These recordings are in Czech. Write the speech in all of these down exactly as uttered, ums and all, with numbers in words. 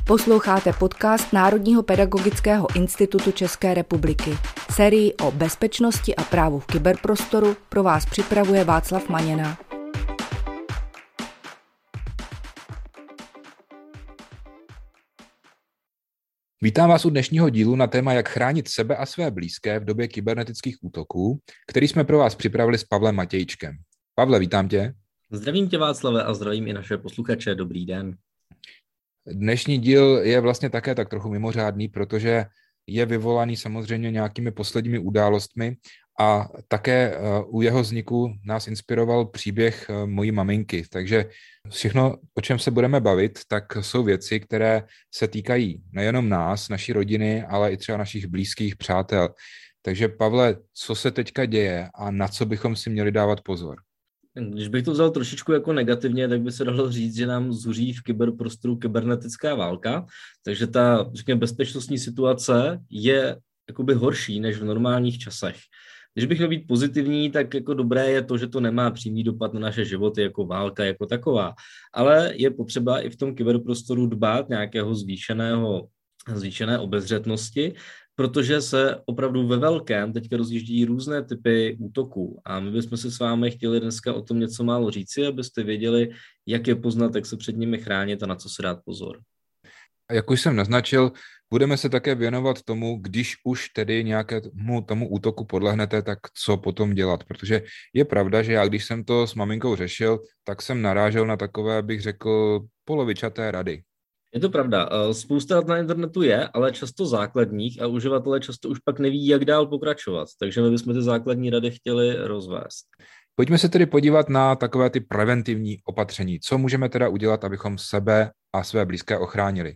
Posloucháte podcast Národního pedagogického institutu České republiky. Sérii o bezpečnosti a právu v kyberprostoru pro vás připravuje Václav Maněna. Vítám vás u dnešního dílu na téma, jak chránit sebe a své blízké v době kybernetických útoků, který jsme pro vás připravili s Pavlem Matějčkem. Pavle, vítám tě. Zdravím tě, Václave, a zdravím i naše posluchače. Dobrý den. Dnešní díl je vlastně také tak trochu mimořádný, protože je vyvolaný samozřejmě nějakými posledními událostmi a také u jeho vzniku nás inspiroval příběh mojí maminky. Takže všechno, o čem se budeme bavit, tak jsou věci, které se týkají nejenom nás, naší rodiny, ale i třeba našich blízkých přátel. Takže Pavle, co se teďka děje a na co bychom si měli dávat pozor? Když bych to vzal trošičku jako negativně, tak by se dalo říct, že nám zuří v kyberprostoru kybernetická válka, takže ta, řekněme, bezpečnostní situace je jakoby horší než v normálních časech. Když bych měl být pozitivní, tak jako dobré je to, že to nemá přímý dopad na naše životy jako válka jako taková, ale je potřeba i v tom kyberprostoru dbát nějakého zvýšeného, zvýšené obezřetnosti, protože se opravdu ve velkém teďka rozjíždí různé typy útoků a my bychom si s vámi chtěli dneska o tom něco málo říci, abyste věděli, jak je poznat, jak se před nimi chránit a na co se dát pozor. Jak už jsem naznačil, budeme se také věnovat tomu, když už tedy nějakému tomu útoku podlehnete, tak co potom dělat, protože je pravda, že já když jsem to s maminkou řešil, tak jsem narážel na takové, bych řekl, polovičaté rady. Je to pravda. Spousta dat na internetu je, ale často základních a uživatelé často už pak neví, jak dál pokračovat. Takže my bychom ty základní rady chtěli rozvést. Pojďme se tedy podívat na takové ty preventivní opatření. Co můžeme teda udělat, abychom sebe a své blízké ochránili?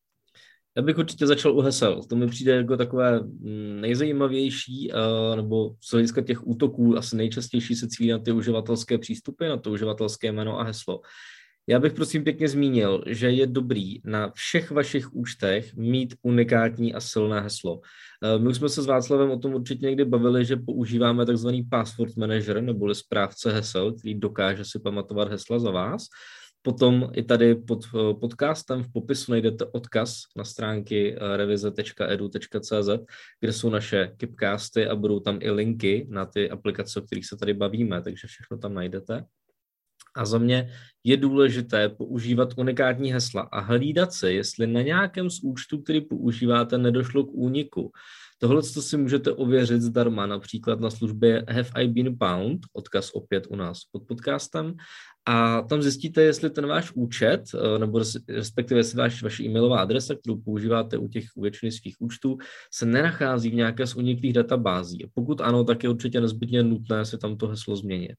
Já bych určitě začal u hesel. To mi přijde jako takové nejzajímavější, nebo z hlediska těch útoků asi nejčastější se cílí na ty uživatelské přístupy, na to uživatelské jméno a heslo. Já bych prosím pěkně zmínil, že je dobrý na všech vašich účtech mít unikátní a silné heslo. My už jsme se s Václavem o tom určitě někdy bavili, že používáme takzvaný password manager neboli správce hesel, který dokáže si pamatovat hesla za vás. Potom i tady pod podcastem v popisu najdete odkaz na stránky revize tečka edu tečka cz, kde jsou naše kipcasty a budou tam i linky na ty aplikace, o kterých se tady bavíme, takže všechno tam najdete. A za mě je důležité používat unikátní hesla a hlídat se, jestli na nějakém z účtů, který používáte, nedošlo k úniku. Tohle si můžete ověřit zdarma, například na službě Have I Been Pwned, odkaz opět u nás pod podcastem, a tam zjistíte, jestli ten váš účet, nebo respektive jestli váš, vaše e-mailová adresa, kterou používáte u těch u většiny svých účtů, se nenachází v nějaké z uniklých databází. A pokud ano, tak je určitě nezbytně nutné si tam to heslo změnit.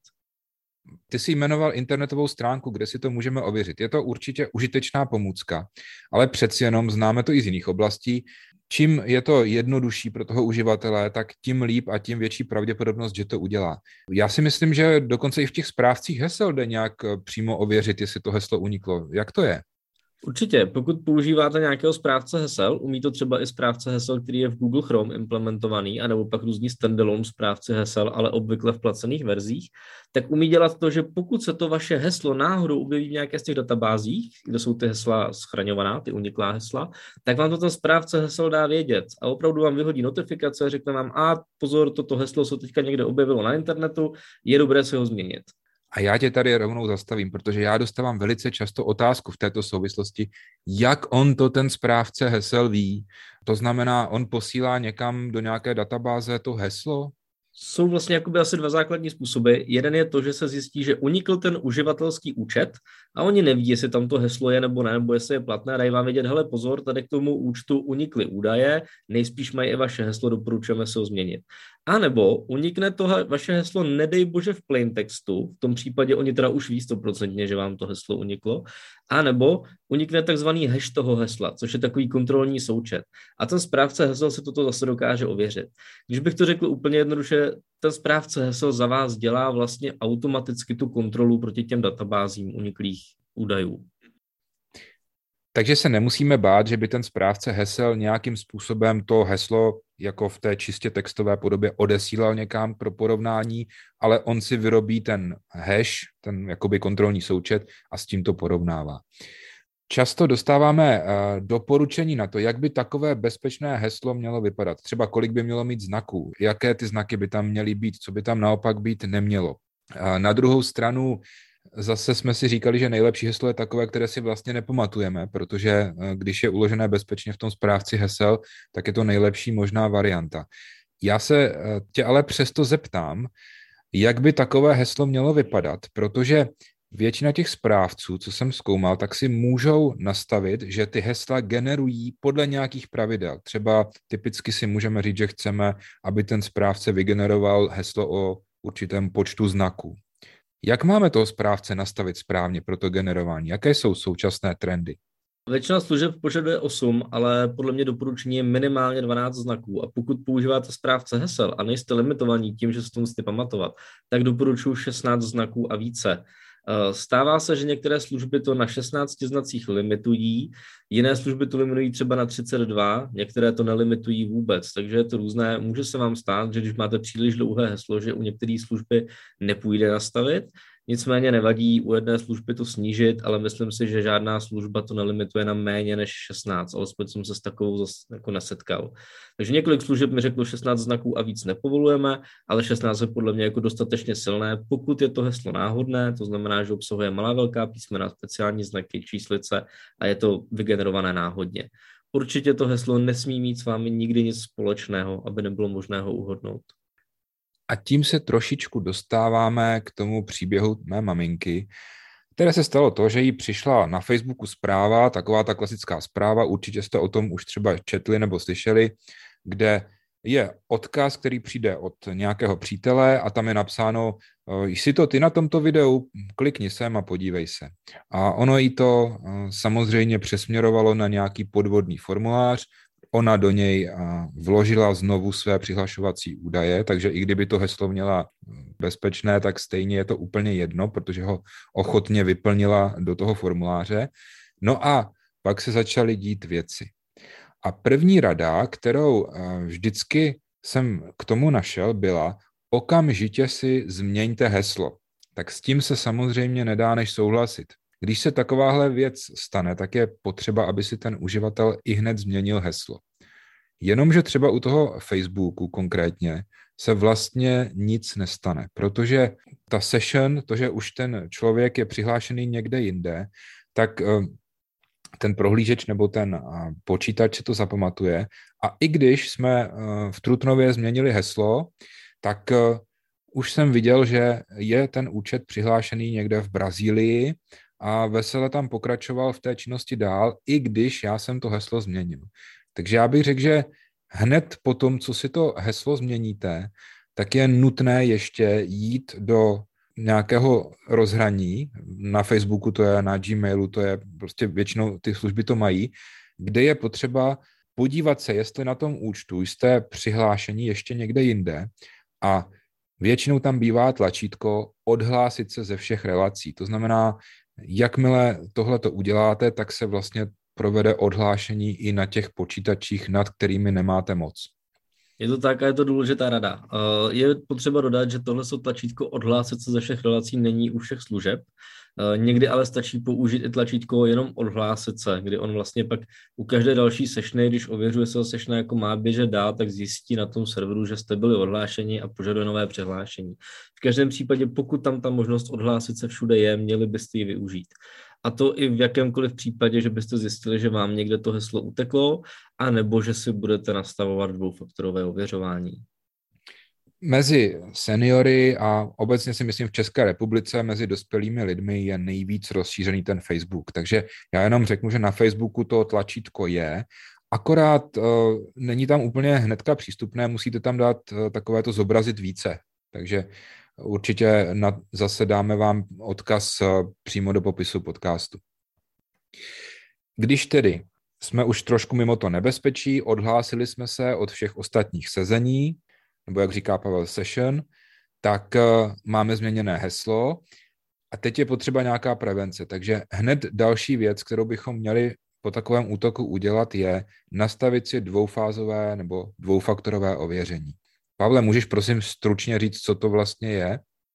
Ty jsi jmenoval internetovou stránku, kde si to můžeme ověřit. Je to určitě užitečná pomůcka, ale přeci jenom známe to i z jiných oblastí. Čím je to jednodušší pro toho uživatele, tak tím líp a tím větší pravděpodobnost, že to udělá. Já si myslím, že dokonce i v těch správcích hesel jde nějak přímo ověřit, jestli to heslo uniklo. Jak to je? Určitě, pokud používáte nějakého správce hesel, umí to třeba i správce hesel, který je v Google Chrome implementovaný, anebo pak různý standalone správci hesel, ale obvykle v placených verzích, tak umí dělat to, že pokud se to vaše heslo náhodou objeví v nějaké z těch databázích, kde jsou ty hesla schraňovaná, ty uniklá hesla, tak vám to ten správce hesel dá vědět a opravdu vám vyhodí notifikace, řekne vám, a pozor, toto heslo se teďka někde objevilo na internetu, je dobré si ho změnit. A já tě tady rovnou zastavím, protože já dostávám velice často otázku v této souvislosti, jak on to ten správce hesel ví. To znamená, on posílá někam do nějaké databáze to heslo? Jsou vlastně jakoby asi dva základní způsoby. Jeden je to, že se zjistí, že unikl ten uživatelský účet a oni neví, jestli tam to heslo je nebo ne, nebo jestli je platné, a dají vám vědět, hele pozor, tady k tomu účtu unikly údaje, nejspíš mají i vaše heslo, doporučujeme se ho změnit. A nebo unikne to vaše heslo, nedej bože, v plain textu, v tom případě oni teda už ví stoprocentně, že vám to heslo uniklo, a nebo unikne takzvaný hash toho hesla, což je takový kontrolní součet. A ten správce hesel se toto zase dokáže ověřit. Když bych to řekl úplně jednoduše, ten správce hesel za vás dělá vlastně automaticky tu kontrolu proti těm databázím uniklých údajů. Takže se nemusíme bát, že by ten správce hesel nějakým způsobem to heslo jako v té čistě textové podobě odesílal někam pro porovnání, ale on si vyrobí ten hash, ten jakoby kontrolní součet a s tím to porovnává. Často dostáváme doporučení na to, jak by takové bezpečné heslo mělo vypadat. Třeba kolik by mělo mít znaků, jaké ty znaky by tam měly být, co by tam naopak být nemělo. Na druhou stranu zase jsme si říkali, že nejlepší heslo je takové, které si vlastně nepamatujeme, protože když je uložené bezpečně v tom správci hesel, tak je to nejlepší možná varianta. Já se tě ale přesto zeptám, jak by takové heslo mělo vypadat, protože většina těch správců, co jsem zkoumal, tak si můžou nastavit, že ty hesla generují podle nějakých pravidel. Třeba typicky si můžeme říct, že chceme, aby ten správce vygeneroval heslo o určitém počtu znaků. Jak máme toho správce nastavit správně pro to generování? Jaké jsou současné trendy? Většina služeb požaduje osm, ale podle mě doporučení je minimálně dvanáct znaků a pokud používáte správce hesel a nejste limitovaní tím, že si to musíte pamatovat, tak doporučuji šestnáct znaků a více. Stává se, že některé služby to na šestnácti znacích limitují, jiné služby to limitují třeba na třicet dva, některé to nelimitují vůbec, takže je to různé. Může se vám stát, že když máte příliš dlouhé heslo, že u některé služby nepůjde nastavit, nicméně nevadí u jedné služby to snížit, ale myslím si, že žádná služba to nelimituje na méně než šestnáct, alespoň jsem se s takovou zase jako nesetkal. Takže několik služeb mi řeklo šestnáct znaků a víc nepovolujeme, ale šestnáct je podle mě jako dostatečně silné, pokud je to heslo náhodné, to znamená, že obsahuje malá velká písmena, speciální znaky, číslice a je to vygenerované náhodně. Určitě to heslo nesmí mít s vámi nikdy nic společného, aby nebylo možné ho uhodnout. A tím se trošičku dostáváme k tomu příběhu mé maminky, které se stalo to, že jí přišla na Facebooku zpráva, taková ta klasická zpráva, určitě jste o tom už třeba četli nebo slyšeli, kde je odkaz, který přijde od nějakého přítele a tam je napsáno, jsi to ty na tomto videu, klikni sem a podívej se. A ono jí to samozřejmě přesměrovalo na nějaký podvodný formulář, ona do něj vložila znovu své přihlašovací údaje, takže i kdyby to heslo měla bezpečné, tak stejně je to úplně jedno, protože ho ochotně vyplnila do toho formuláře. No a pak se začaly dít věci. A první rada, kterou vždycky jsem k tomu našel, byla okamžitě si změňte heslo. Tak s tím se samozřejmě nedá než souhlasit. Když se takováhle věc stane, tak je potřeba, aby si ten uživatel i hned změnil heslo. Jenomže třeba u toho Facebooku konkrétně se vlastně nic nestane, protože ta session, to, že už ten člověk je přihlášený někde jinde, tak ten prohlížeč nebo ten počítač se to zapamatuje a i když jsme v Trutnově změnili heslo, tak už jsem viděl, že je ten účet přihlášený někde v Brazílii a vesele tam pokračoval v té činnosti dál, i když já jsem to heslo změnil. Takže já bych řekl, že hned po tom, co si to heslo změníte, tak je nutné ještě jít do nějakého rozhraní, na Facebooku to je, na Gmailu to je, prostě většinou ty služby to mají, kde je potřeba podívat se, jestli na tom účtu jste přihlášení ještě někde jinde a většinou tam bývá tlačítko odhlásit se ze všech relací. To znamená, jakmile tohleto uděláte, tak se vlastně provede odhlášení i na těch počítačích, nad kterými nemáte moc. Je to tak a je to důležitá rada. Je potřeba dodat, že tohle tlačítko odhlásit se ze všech relací není u všech služeb. Někdy ale stačí použít i tlačítko jenom odhlásit se, kdy on vlastně pak u každé další sessiony, když ověřuje se sessiona jako má běžet dál, tak zjistí na tom serveru, že jste byli odhlášeni a požaduje nové přihlášení. V každém případě, pokud tam ta možnost odhlásit se všude je, měli byste ji využít. A to i v jakémkoliv případě, že byste zjistili, že vám někde to heslo uteklo, anebo že si budete nastavovat dvoufaktorové ověřování. Mezi seniory a obecně si myslím v České republice mezi dospělými lidmi je nejvíc rozšířený ten Facebook. Takže já jenom řeknu, že na Facebooku to tlačítko je, akorát uh, není tam úplně hnedka přístupné, musíte tam dát uh, takovéto zobrazit více. Takže určitě na, zase dáme vám odkaz uh, přímo do popisu podcastu. Když tedy jsme už trošku mimo to nebezpečí, odhlásili jsme se od všech ostatních sezení, nebo jak říká Pavel session, tak uh, máme změněné heslo a teď je potřeba nějaká prevence. Takže hned další věc, kterou bychom měli po takovém útoku udělat, je nastavit si dvoufázové nebo dvoufaktorové ověření. Pavle, můžeš prosím stručně říct, co to vlastně je?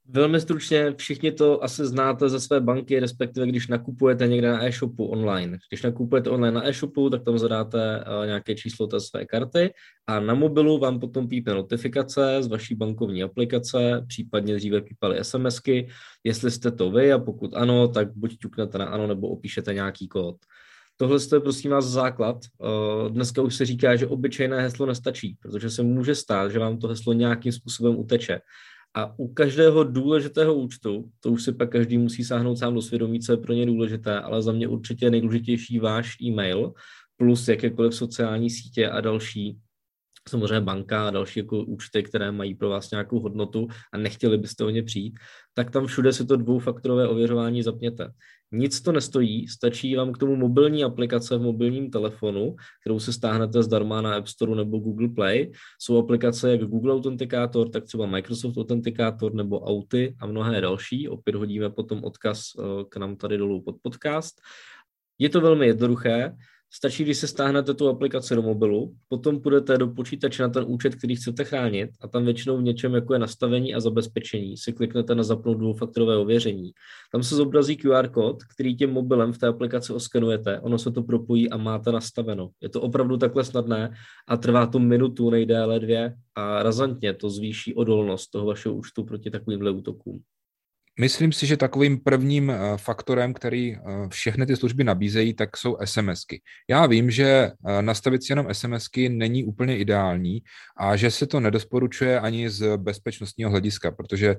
Velmi stručně, všichni to asi znáte ze své banky, respektive když nakupujete někde na e-shopu online. Když nakupujete online na e-shopu, tak tam zadáte uh, nějaké číslo té své karty a na mobilu vám potom pípne notifikace z vaší bankovní aplikace, případně dříve pípaly SMSky, jestli jste to vy a pokud ano, tak buď ťuknete na ano nebo opíšete nějaký kód. Tohle je prosím vás základ. Dneska už se říká, že obyčejné heslo nestačí, protože se může stát, že vám to heslo nějakým způsobem uteče. A u každého důležitého účtu, to už si pak každý musí sáhnout sám do svědomí, co je pro ně důležité, ale za mě určitě nejdůležitější váš e-mail plus jakékoliv sociální sítě a další, samozřejmě banka a další jako účty, které mají pro vás nějakou hodnotu a nechtěli byste o ně přijít, tak tam všude si to dvoufaktorové ověřování zapněte. Nic to nestojí, stačí vám k tomu mobilní aplikace v mobilním telefonu, kterou si stáhnete zdarma na App Store nebo Google Play. Jsou aplikace jak Google Authenticator, tak třeba Microsoft Authenticator nebo Authy a mnohé další. Opět hodíme potom odkaz k nám tady dolů pod podcast. Je to velmi jednoduché. Stačí, když se stáhnete tu aplikaci do mobilu, potom půjdete do počítače na ten účet, který chcete chránit a tam většinou v něčem, jako je nastavení a zabezpečení, si kliknete na zapnout dvoufaktorové ověření. Tam se zobrazí Q R kód, který tím mobilem v té aplikaci oskenujete, ono se to propojí a máte nastaveno. Je to opravdu takhle snadné a trvá to minutu, nejdéle dvě a razantně to zvýší odolnost toho vašeho účtu proti takovýmhle útokům. Myslím si, že takovým prvním faktorem, který všechny ty služby nabízejí, tak jsou SMSky. Já vím, že nastavit si jenom SMSky není úplně ideální a že se to nedoporučuje ani z bezpečnostního hlediska, protože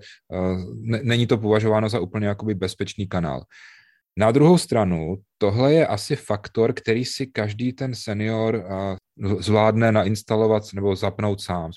není to považováno za úplně jakoby bezpečný kanál. Na druhou stranu, tohle je asi faktor, který si každý ten senior zvládne nainstalovat nebo zapnout sám.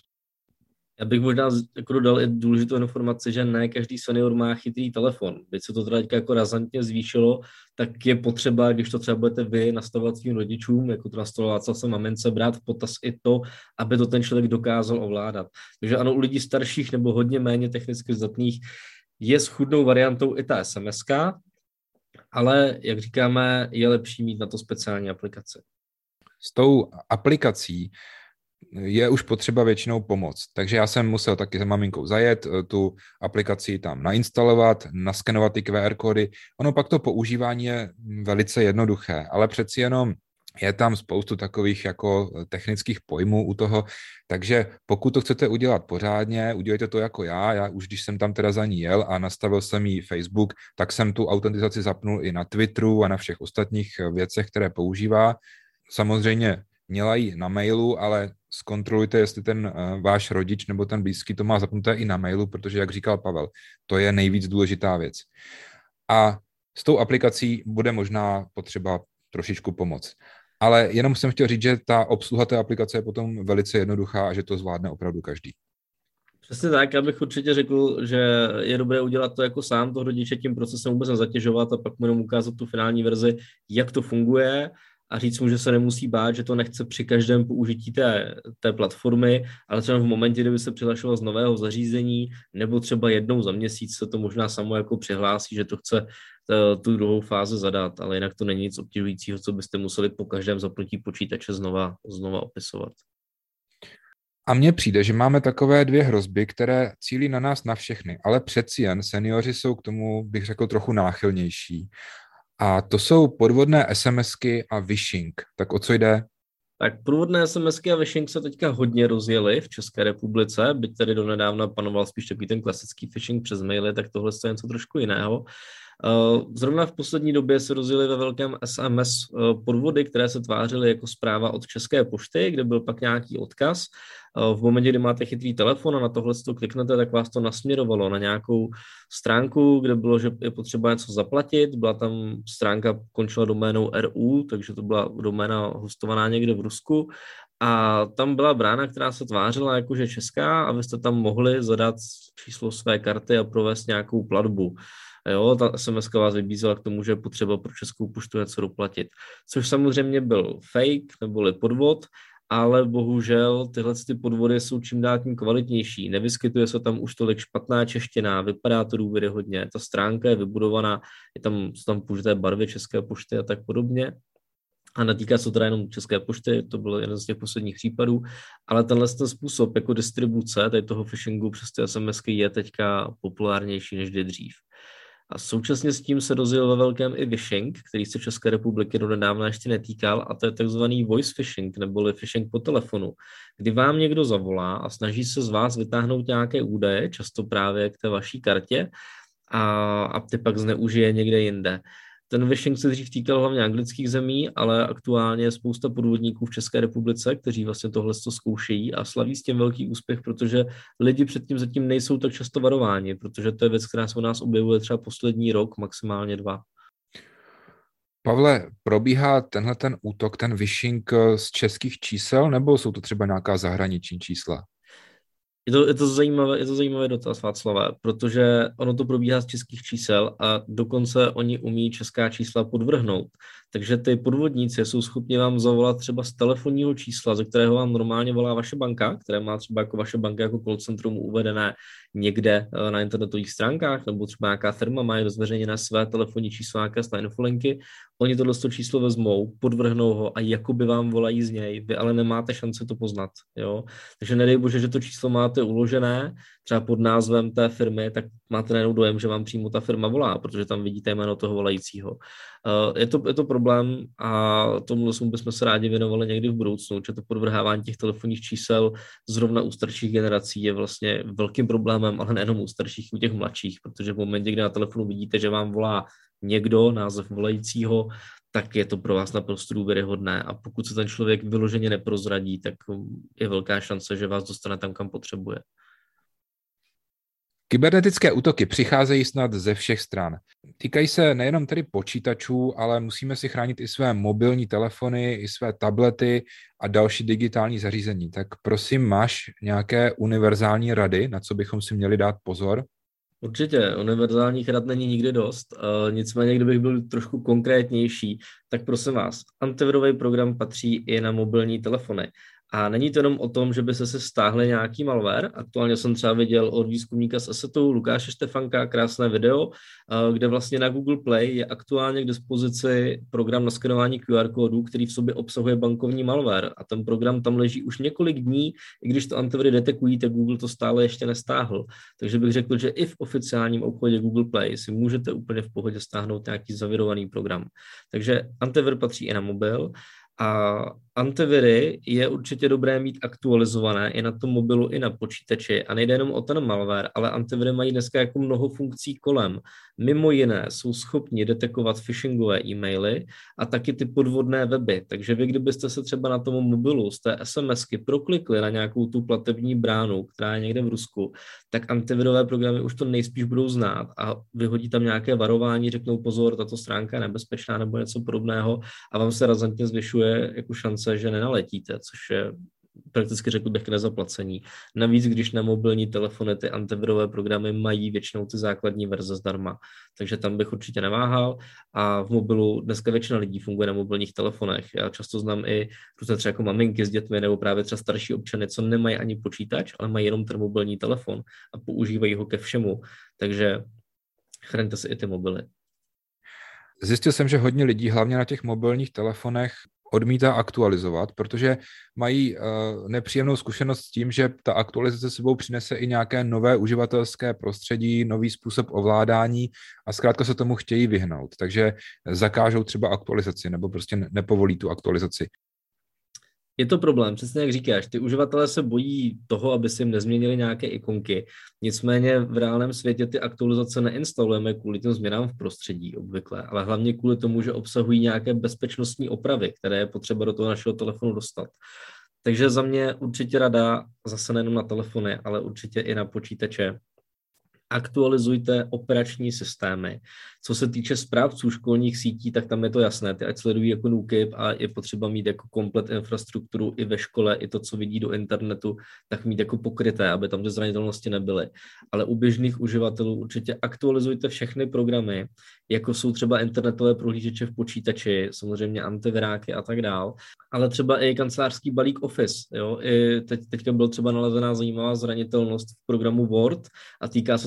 Já bych možná jako dodal i důležitou informaci, že ne každý senior má chytrý telefon. Když se to teda jako razantně zvýšilo, tak je potřeba, když to třeba budete vy nastavovat svým rodičům, jako to nastavoval Václav mamince, brát v potaz i to, aby to ten člověk dokázal ovládat. Takže ano, u lidí starších nebo hodně méně technicky zdatných je schůdnou variantou i ta es em eska, ale jak říkáme, je lepší mít na to speciální aplikaci. S tou aplikací je už potřeba většinou pomoct. Takže já jsem musel taky s maminkou zajet, tu aplikaci tam nainstalovat, naskenovat ty Q R kódy. Ono pak to používání je velice jednoduché, ale přeci jenom je tam spoustu takových jako technických pojmů u toho, takže pokud to chcete udělat pořádně, udělejte to jako já. Já už když jsem tam teda za ní jel a nastavil jsem jí Facebook, tak jsem tu autentizaci zapnul i na Twitteru a na všech ostatních věcech, které používá. Samozřejmě měla ji na mailu, ale zkontrolujte, jestli ten uh, váš rodič nebo ten blízký to má zapnuté i na mailu, protože, jak říkal Pavel, to je nejvíc důležitá věc. A s tou aplikací bude možná potřeba trošičku pomoct. Ale jenom jsem chtěl říct, že ta obsluha té aplikace je potom velice jednoduchá a že to zvládne opravdu každý. Přesně tak, já bych určitě řekl, že je dobré udělat to jako sám, toho rodiče tím procesem vůbec nezatěžovat a pak mu jenom ukázat tu finální verzi, jak to funguje, a říct mu, že se nemusí bát, že to nechce při každém použití té, té platformy, ale třeba v momentě, kdyby se přihlašoval z nového zařízení, nebo třeba jednou za měsíc se to možná samo jako přihlásí, že to chce tu druhou fázi zadat, ale jinak to není nic obtěžujícího, co byste museli po každém zapnutí počítače znova, znova opisovat. A mně přijde, že máme takové dvě hrozby, které cílí na nás na všechny, ale přeci jen seniori jsou k tomu, bych řekl, trochu náchylnější. A to jsou podvodné SMSky a phishing. Tak o co jde? Tak podvodné SMSky a phishing se teďka hodně rozjeli v České republice, byť tady donedávna panoval spíš takový ten klasický phishing přes maily, tak tohle je něco trošku jiného. Zrovna v poslední době se rozjeli ve velkém es em es podvody, které se tvářily jako zpráva od České pošty, kde byl pak nějaký odkaz. V momentě, kdy máte chytrý telefon a na tohle to kliknete, tak vás to nasměrovalo na nějakou stránku, kde bylo, že je potřeba něco zaplatit. Byla tam stránka, končila doménou er u, takže to byla doména hostovaná někde v Rusku. A tam byla brána, která se tvářila jakože česká a vy jste tam mohli zadat číslo své karty a provést nějakou platbu. Jo, ta es em eska vás vybízela k tomu, že je potřeba pro Českou poštu něco doplatit. Což samozřejmě byl fake neboli podvod, ale bohužel tyhle ty podvody jsou čím dál tím kvalitnější. Nevyskytuje se tam už tolik špatná čeština, vypadá to důvěryhodně, ta stránka je vybudovaná, je tam, jsou tam použité barvy České pošty a tak podobně. A netýká se teda jenom České pošty, to byl jeden z těch posledních případů, ale tenhle ten způsob jako distribuce tady toho phishingu přes ty SMSky je teďka populárnější než kdy dřív. A současně s tím se rozjel ve velkém i phishing, který se v České republiky do nedávna ještě netýkal, a to je takzvaný voice phishing, neboli phishing po telefonu, kdy vám někdo zavolá a snaží se z vás vytáhnout nějaké údaje, často právě k té vaší kartě, a, a ty pak zneužije někde jinde. Ten phishing se dřív týkal hlavně anglických zemí, ale aktuálně je spousta podvodníků v České republice, kteří vlastně tohle to zkoušejí a slaví s tím velký úspěch, protože lidi předtím zatím nejsou tak často varováni, protože to je věc, která se u nás objevuje třeba poslední rok, maximálně dva. Pavle, probíhá tenhle ten útok, ten phishing z českých čísel, nebo jsou to třeba nějaká zahraniční čísla? Je to, je to zajímavé, je to zajímavé dotaz, Václave, protože ono to probíhá z českých čísel a dokonce oni umí česká čísla podvrhnout. Takže ty podvodníci jsou schopni vám zavolat třeba z telefonního čísla, ze kterého vám normálně volá vaše banka, které má třeba jako vaše banka jako call centrum uvedené někde na internetových stránkách, nebo třeba nějaká firma má rozveřejněné své telefonní číslo, nějaké infolinky. Oni tohle číslo vezmou, podvrhnou ho a jakoby vám volají z něj, vy ale nemáte šanci to poznat. Jo? Takže nedej bože, že to číslo máte uložené třeba pod názvem té firmy, tak máte najednou dojem, že vám přímo ta firma volá, protože tam vidíte jméno toho volajícího. Je to, je to problém a tomu bychom se rádi věnovali někdy v budoucnu, že to podvrhávání těch telefonních čísel zrovna u starších generací je vlastně velkým problémem, ale nejenom u starších, u těch mladších, protože v momentě, kdy na telefonu vidíte, že vám volá někdo, název volajícího, tak je to pro vás naprosto důvěryhodné a pokud se ten člověk vyloženě neprozradí, tak je velká šance, že vás dostane tam, kam potřebuje. Kybernetické útoky přicházejí snad ze všech stran. Týkají se nejenom tedy počítačů, ale musíme si chránit i své mobilní telefony, i své tablety a další digitální zařízení. Tak prosím, máš nějaké univerzální rady, na co bychom si měli dát pozor? Určitě, univerzálních rad není nikdy dost, uh, nicméně kdybych byl trošku konkrétnější, tak prosím vás, antivirový program patří i na mobilní telefony. A není to jenom o tom, že by se se stáhli nějaký malware. Aktuálně jsem třeba viděl od výzkumníka z Assetu Lukáše Štefanka krásné video, kde vlastně na Google Play je aktuálně k dispozici program na skenování Q R kódů, který v sobě obsahuje bankovní malware. A ten program tam leží už několik dní, i když to antiviry detekují, tak Google to stále ještě nestáhl. Takže bych řekl, že i v oficiálním obchodě Google Play si můžete úplně v pohodě stáhnout nějaký zavirovaný program. Takže antivir patří i na mobil. A antiviry je určitě dobré mít aktualizované i na tom mobilu, i na počítači. A nejde jenom o ten malware, ale antiviry mají dneska jako mnoho funkcí kolem. Mimo jiné jsou schopni detekovat phishingové e-maily a taky ty podvodné weby. Takže vy, kdybyste se třeba na tom mobilu z té SMSky proklikli na nějakou tu platební bránu, která je někde v Rusku, tak antivirové programy už to nejspíš budou znát a vyhodí tam nějaké varování, řeknou pozor, tato stránka je nebezpečná nebo něco podobného a vám se razantně zvyšuje jako šance, že nenaletíte, což je prakticky řekl bych k nezaplacení. Navíc, když na mobilní telefony ty antivirové programy mají většinou ty základní verze zdarma. Takže tam bych určitě neváhal a v mobilu dneska většina lidí funguje na mobilních telefonech. Já často znám i různé třeba jako maminky s dětmi nebo právě třeba starší občany, co nemají ani počítač, ale mají jenom ten mobilní telefon a používají ho ke všemu. Takže chraňte si i ty mobily. Zjistil jsem, že hodně lidí, hlavně na těch mobilních telefonech, odmítá aktualizovat, protože mají uh, nepříjemnou zkušenost s tím, že ta aktualizace sebou přinese i nějaké nové uživatelské prostředí, nový způsob ovládání a zkrátka se tomu chtějí vyhnout. Takže zakážou třeba aktualizaci nebo prostě nepovolí tu aktualizaci. Je to problém, přesně jak říkáš, ty uživatelé se bojí toho, aby si jim nezměnili nějaké ikonky, nicméně v reálném světě ty aktualizace neinstalujeme kvůli těm změnám v prostředí obvykle, ale hlavně kvůli tomu, že obsahují nějaké bezpečnostní opravy, které je potřeba do toho našeho telefonu dostat. Takže za mě určitě rada, zase nejenom na telefony, ale určitě i na počítače, aktualizujte operační systémy. Co se týče správců školních sítí, tak tam je to jasné, ty ať sledují jako NÚKIB a je potřeba mít jako komplet infrastrukturu i ve škole, i to, co vidí do internetu, tak mít jako pokryté, aby tam ty zranitelnosti nebyly. Ale u běžných uživatelů určitě aktualizujte všechny programy, jako jsou třeba internetové prohlížeče v počítači, samozřejmě antiviráky a tak dál, ale třeba i kancelářský balík Office. Jo? I teď, teďka byl třeba nalezená zajímavá zranitelnost v programu Word a týká se to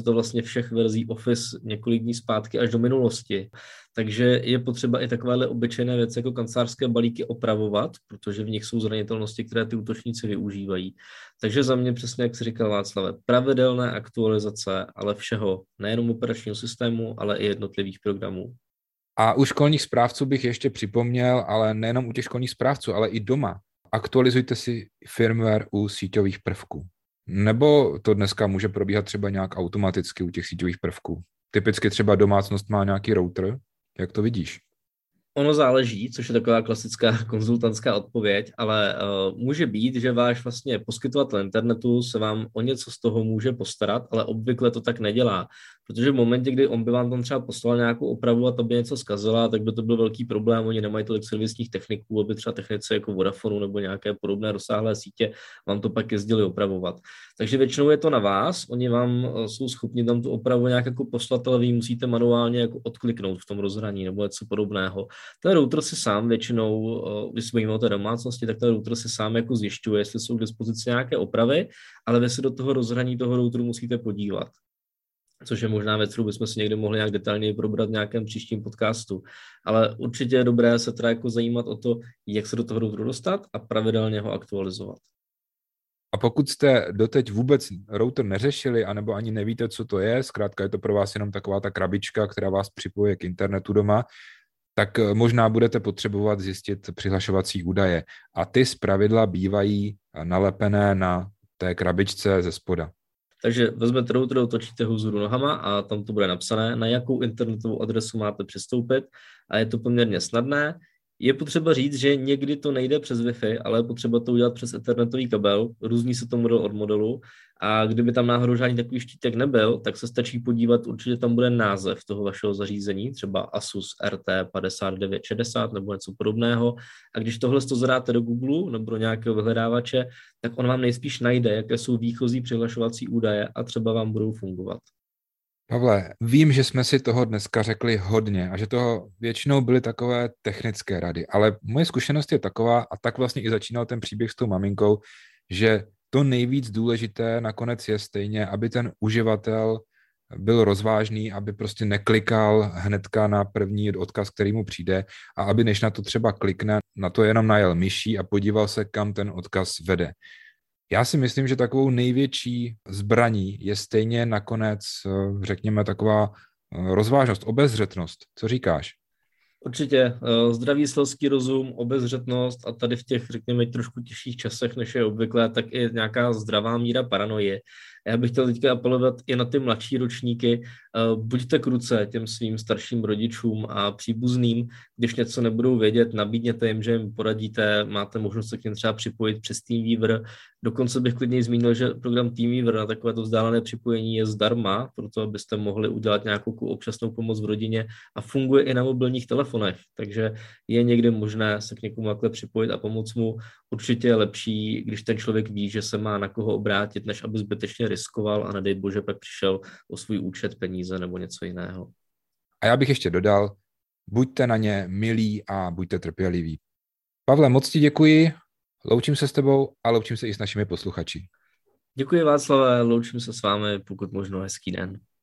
to vlastně všech verzí Office několik dní zpátky až do minulosti. Takže je potřeba i takovéhle obyčejné věci jako kancelářské balíky opravovat, protože v nich jsou zranitelnosti, které ty útočníci využívají. Takže za mě přesně, jak si říkal Václave, pravidelné aktualizace, ale všeho, nejenom operačního systému, ale i jednotlivých programů. A u školních správců bych ještě připomněl, ale nejenom u těch školních správců, ale i doma. Aktualizujte si firmware u síťových prvků. Nebo to dneska může probíhat třeba nějak automaticky u těch síťových prvků. Typicky třeba domácnost má nějaký router. Jak to vidíš? Ono záleží, což je taková klasická konzultantská odpověď, ale uh, může být, že váš vlastně poskytovatel internetu se vám o něco z toho může postarat, ale obvykle to tak nedělá. Protože v momentě, kdy on by vám tam třeba poslal nějakou opravu a to by něco zkazila, tak by to byl velký problém. Oni nemají tolik servisních techniků, aby třeba technici jako Vodafonu nebo nějaké podobné rozsáhlé sítě vám to pak jezdili opravovat. Takže většinou je to na vás, oni vám jsou schopni tam tu opravu nějak jako poslat, ale vy musíte manuálně jako odkliknout v tom rozhraní nebo něco podobného. Ten router si sám většinou, když se bavíme o té domácnosti, tak ten router si sám jako zjišťuje, jestli jsou k dispozici nějaké opravy, ale vy se do toho rozhraní toho routeru musíte podívat. Což je možná věc, kterou bychom si někdy mohli nějak detailněji probrat v nějakém příštím podcastu. Ale určitě je dobré se teda jako zajímat o to, jak se do toho routeru dostat a pravidelně ho aktualizovat. A pokud jste doteď vůbec router neřešili, anebo ani nevíte, co to je, zkrátka je to pro vás jenom taková ta krabička, která vás připojuje k internetu doma, tak možná budete potřebovat zjistit přihlašovací údaje. A ty zpravidla bývají nalepené na té krabičce ze spoda. Takže vezmete router, otočíte ho vzhůru nohama a tam to bude napsané, na jakou internetovou adresu máte přistoupit a je to poměrně snadné. Je potřeba říct, že někdy to nejde přes Wi-Fi, ale je potřeba to udělat přes ethernetový kabel, různí se to model od modelu a kdyby tam náhodou žádný takový štítek nebyl, tak se stačí podívat, určitě tam bude název toho vašeho zařízení, třeba Asus R T padesát devět šedesát nebo něco podobného a když tohle to zadáte do Google nebo do nějakého vyhledávače, tak on vám nejspíš najde, jaké jsou výchozí přihlašovací údaje a třeba vám budou fungovat. Pavle, vím, že jsme si toho dneska řekli hodně a že toho většinou byly takové technické rady, ale moje zkušenost je taková, a tak vlastně i začínal ten příběh s tou maminkou, že to nejvíc důležité nakonec je stejně, aby ten uživatel byl rozvážný, aby prostě neklikal hnedka na první odkaz, který mu přijde a aby než na to třeba klikne, na to jenom najel myší a podíval se, kam ten odkaz vede. Já si myslím, že takovou největší zbraní je stejně nakonec, řekněme, taková rozvážnost, obezřetnost. Co říkáš? Určitě. Zdravý selský rozum, obezřetnost a tady v těch, řekněme, trošku těžších časech, než je obvyklé, tak i nějaká zdravá míra paranoje. Já bych chtěl teďka apelovat i na ty mladší ročníky. Buďte k ruce těm svým starším rodičům a příbuzným, když něco nebudou vědět, nabídněte jim, že jim poradíte, máte možnost se k nim třeba připojit přes TeamViewer. Dokonce bych klidně zmínil, že program TeamViewer na takovéto vzdálené připojení je zdarma, proto abyste mohli udělat nějakou občasnou pomoc v rodině a funguje i na mobilních telefonech, takže je někdy možné se k někomu takhle připojit a pomoct mu. Určitě je lepší, když ten člověk ví, že se má na koho obrátit, než aby zbytečně riskoval a nedej bože pak přišel o svůj účet, peníze nebo něco jiného. A já bych ještě dodal, buďte na ně milí a buďte trpěliví. Pavle, moc ti děkuji, loučím se s tebou a loučím se i s našimi posluchači. Děkuji Václave, loučím se s vámi, pokud možno hezký den.